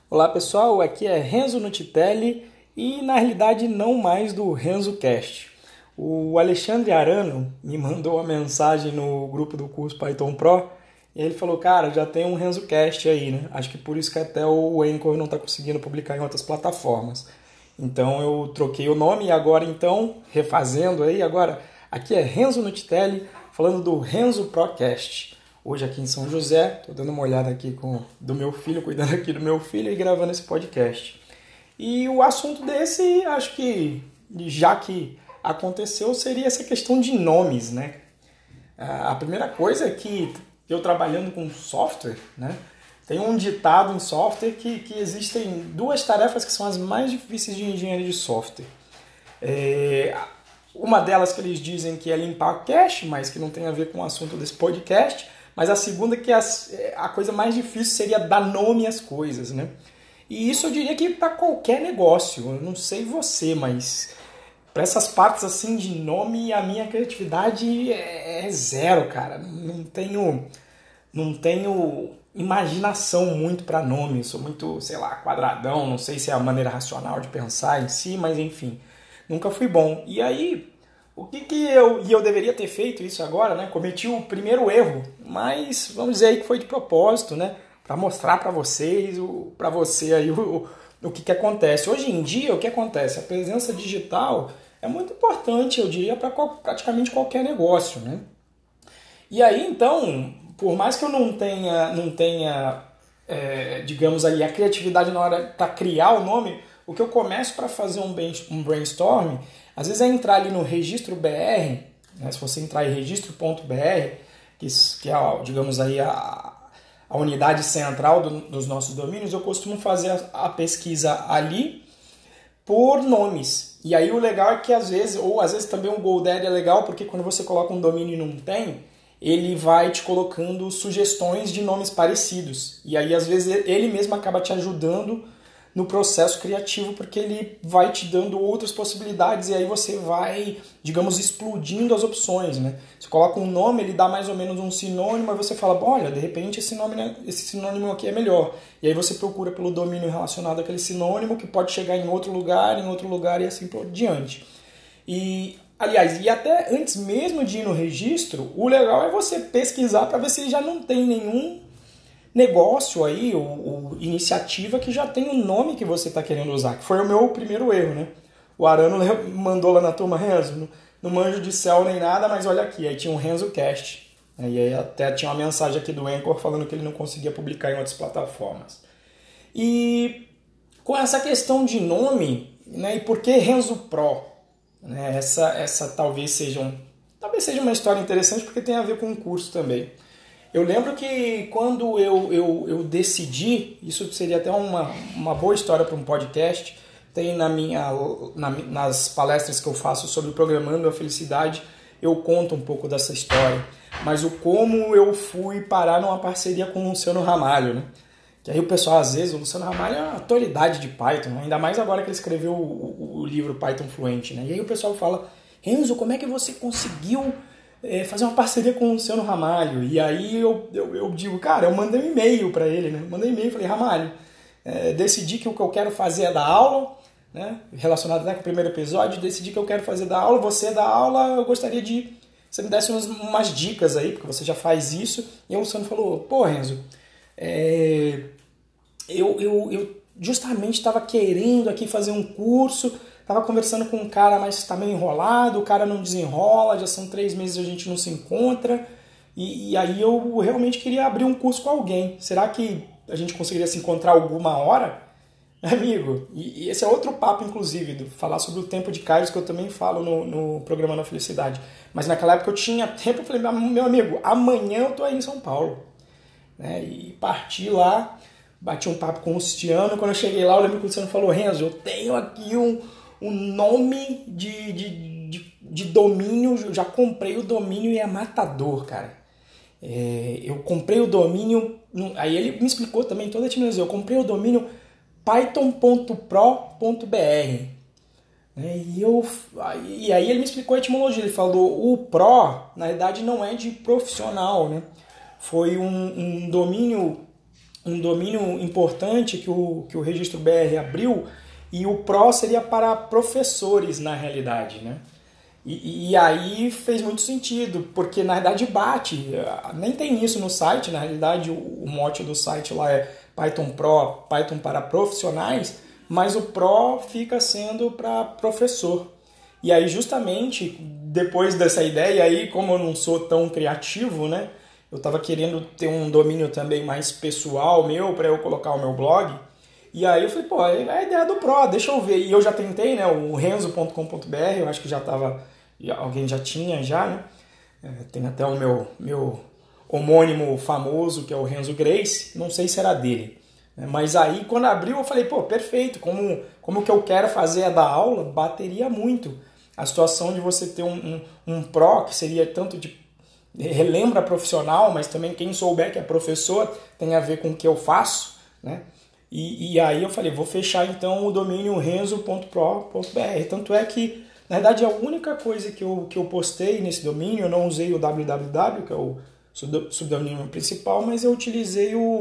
Olá pessoal, aqui é Renzo Nutitelli e na realidade não mais do RenzoCast. O Alexandre Arano me mandou uma mensagem no grupo do curso Python Pro e ele falou, cara, já tem um RenzoCast aí, né? Acho que por isso que até o Anchor não está conseguindo publicar em outras plataformas. Então eu troquei o nome e agora então, refazendo aí, agora aqui é Renzo Nutitelli falando do Renzo Procast. Hoje aqui em São José, estou dando uma olhada aqui do meu filho, cuidando aqui do meu filho e gravando esse podcast. E o assunto desse, acho que já que aconteceu, seria essa questão de nomes, né? A primeira coisa é que eu trabalhando com software, né? Tem um ditado em software que existem duas tarefas que são as mais difíceis de engenharia de software. Uma delas que eles dizem que é limpar cache, mas que não tem a ver com o assunto desse podcast. Mas a segunda que a coisa mais difícil seria dar nome às coisas, né? E isso eu diria que para qualquer negócio. Eu não sei você, mas para essas partes assim de nome, a minha criatividade é zero, cara. Não tenho imaginação muito para nome. Eu sou muito, sei lá, quadradão. Não sei se é a maneira racional de pensar em si, mas enfim, nunca fui bom. E aí, eu deveria ter feito isso agora, né? Cometi o primeiro erro, mas vamos dizer aí que foi de propósito, né? Para mostrar para vocês, para você aí o que acontece. Hoje em dia, o que acontece? A presença digital é muito importante, eu diria, para praticamente qualquer negócio, né? E aí, então, por mais que eu não tenha digamos ali, a criatividade na hora para criar o nome, o que eu começo para fazer um brainstorm, às vezes é entrar ali no registro BR, né, se você entrar em registro.br, que é, digamos aí, a unidade central dos nossos domínios, eu costumo fazer a pesquisa ali por nomes. E aí o legal é que às vezes também o GoDaddy é legal, porque quando você coloca um domínio e não tem, ele vai te colocando sugestões de nomes parecidos. E aí às vezes ele mesmo acaba te ajudando no processo criativo, porque ele vai te dando outras possibilidades e aí você vai, digamos, explodindo as opções, né? Você coloca um nome, ele dá mais ou menos um sinônimo, aí você fala, olha, de repente esse sinônimo aqui é melhor. E aí você procura pelo domínio relacionado àquele sinônimo, que pode chegar em outro lugar e assim por diante. E, aliás, e até antes mesmo de ir no registro, o legal é você pesquisar para ver se já não tem nenhum negócio aí, ou iniciativa que já tem o nome que você está querendo usar, que foi o meu primeiro erro, né? O Arano mandou lá na turma, Renzo, não manjo de céu nem nada, mas olha aqui, aí tinha um RenzoCast, né? E aí até tinha uma mensagem aqui do Anchor falando que ele não conseguia publicar em outras plataformas. E com essa questão de nome, né, e por que Renzo Pro? Né, essa talvez seja uma história interessante, porque tem a ver com o curso também. Eu lembro que quando eu decidi, isso seria até uma boa história para um podcast, tem nas palestras que eu faço sobre Programando a Felicidade, eu conto um pouco dessa história. Mas o como eu fui parar numa parceria com o Luciano Ramalho, né? Que aí o pessoal, às vezes, o Luciano Ramalho é uma autoridade de Python, né? Ainda mais agora que ele escreveu o livro Python Fluente, né? E aí o pessoal fala, Renzo, como é que você conseguiu fazer uma parceria com o Luciano Ramalho? E aí eu digo, cara, eu mandei um e-mail para ele, né? Mandei um e-mail e falei, Ramalho, decidi que o que eu quero fazer é dar aula, né? Relacionado até com o primeiro episódio, decidi que eu quero fazer dar aula, você dá aula, eu gostaria de você me desse umas dicas aí, porque você já faz isso. E o Luciano falou, pô, Renzo, eu justamente estava querendo aqui fazer um curso, estava conversando com um cara, mas está meio enrolado, o cara não desenrola, já são 3 meses e a gente não se encontra, e aí eu realmente queria abrir um curso com alguém. Será que a gente conseguiria se encontrar alguma hora? Amigo, e esse é outro papo, inclusive, falar sobre o tempo de Kairos, que eu também falo no programa Na Felicidade. Mas naquela época eu tinha tempo, eu falei, meu amigo, amanhã eu tô aí em São Paulo. Né? E parti lá, bati um papo com o Luciano. Quando eu cheguei lá, eu lembro que o Luciano falou, Renzo, eu tenho aqui um nome de domínio, já comprei o domínio e é matador, cara. Eu comprei o domínio, aí ele me explicou também toda a etimologia, eu comprei o domínio python.pro.br. E aí ele me explicou a etimologia, ele falou, o pro, na verdade, não é de profissional, né? Foi um domínio um domínio importante que o Registro BR abriu, e o Pro seria para professores na realidade, né? E aí fez muito sentido, porque na realidade bate, nem tem isso no site, na realidade o mote do site lá é Python Pro, Python para profissionais, mas o Pro fica sendo para professor. E aí justamente depois dessa ideia, aí como eu não sou tão criativo, né, eu estava querendo ter um domínio também mais pessoal meu, para eu colocar o meu blog, e aí eu falei, pô, é a ideia do Pro, deixa eu ver. E eu já tentei, né, o renzo.com.br, eu acho que já estava... alguém já tinha, né? Tem até o meu homônimo famoso, que é o Renzo Grace, não sei se era dele. Mas aí, quando abriu, eu falei, pô, perfeito, como o que eu quero fazer é dar aula, bateria muito. A situação de você ter um Pro, que seria tanto de... relembra profissional, mas também quem souber que é professor, tem a ver com o que eu faço, né? E aí eu falei, vou fechar então o domínio renzo.pro.br. Tanto é que, na verdade, a única coisa que eu postei nesse domínio, eu não usei o www, que é o subdomínio principal, mas eu utilizei o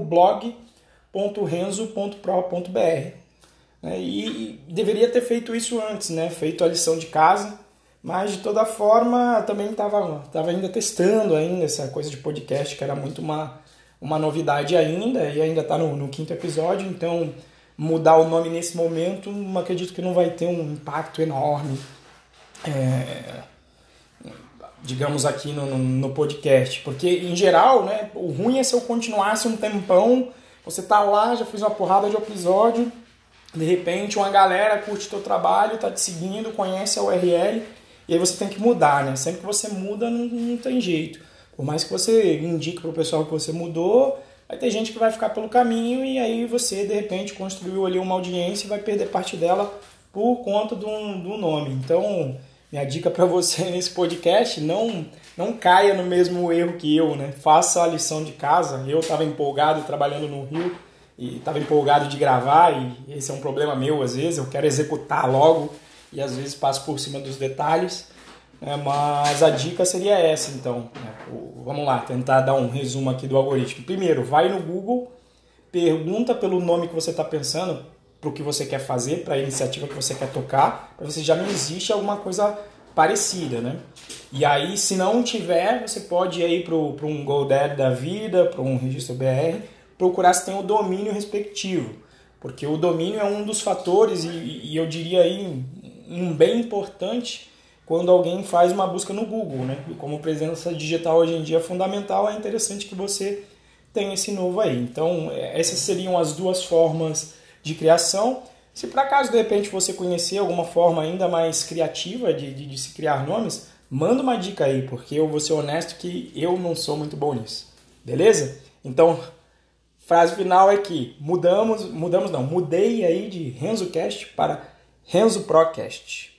blog.renzo.pro.br. E deveria ter feito isso antes, né? Feito a lição de casa, mas de toda forma também estava ainda testando ainda essa coisa de podcast, que era muito uma novidade ainda, e ainda está no 5º episódio, então mudar o nome nesse momento, acredito que não vai ter um impacto enorme, digamos aqui no podcast, porque em geral, né, o ruim é se eu continuasse um tempão, você tá lá, já fez uma porrada de episódio, de repente uma galera curte teu trabalho, tá te seguindo, conhece a URL, e aí você tem que mudar, né? Sempre que você muda, não tem jeito. Por mais que você indique pro pessoal que você mudou, vai ter gente que vai ficar pelo caminho, e aí você, de repente, construiu ali uma audiência e vai perder parte dela por conta do nome. Então, minha dica para você nesse podcast, não caia no mesmo erro que eu, né? Faça a lição de casa. Eu estava empolgado trabalhando no Rio e estava empolgado de gravar, e esse é um problema meu às vezes, eu quero executar logo e às vezes passo por cima dos detalhes, né? Mas a dica seria essa então, né? Vamos lá, tentar dar um resumo aqui do algoritmo. Primeiro, vai no Google, pergunta pelo nome que você está pensando, para o que você quer fazer, para a iniciativa que você quer tocar, para ver se já não existe alguma coisa parecida, né? E aí, se não tiver, você pode ir aí para um GoDaddy da vida, para um registro BR, procurar se tem o domínio respectivo, porque o domínio é um dos fatores, e eu diria aí um bem importante quando alguém faz uma busca no Google, né? E como presença digital hoje em dia é fundamental, é interessante que você tenha esse novo aí. Então, essas seriam as duas formas de criação. Se por acaso de repente você conhecer alguma forma ainda mais criativa de se criar nomes, manda uma dica aí, porque eu vou ser honesto que eu não sou muito bom nisso. Beleza? Então, frase final é que mudei aí de RenzoCast para RenzoProcast.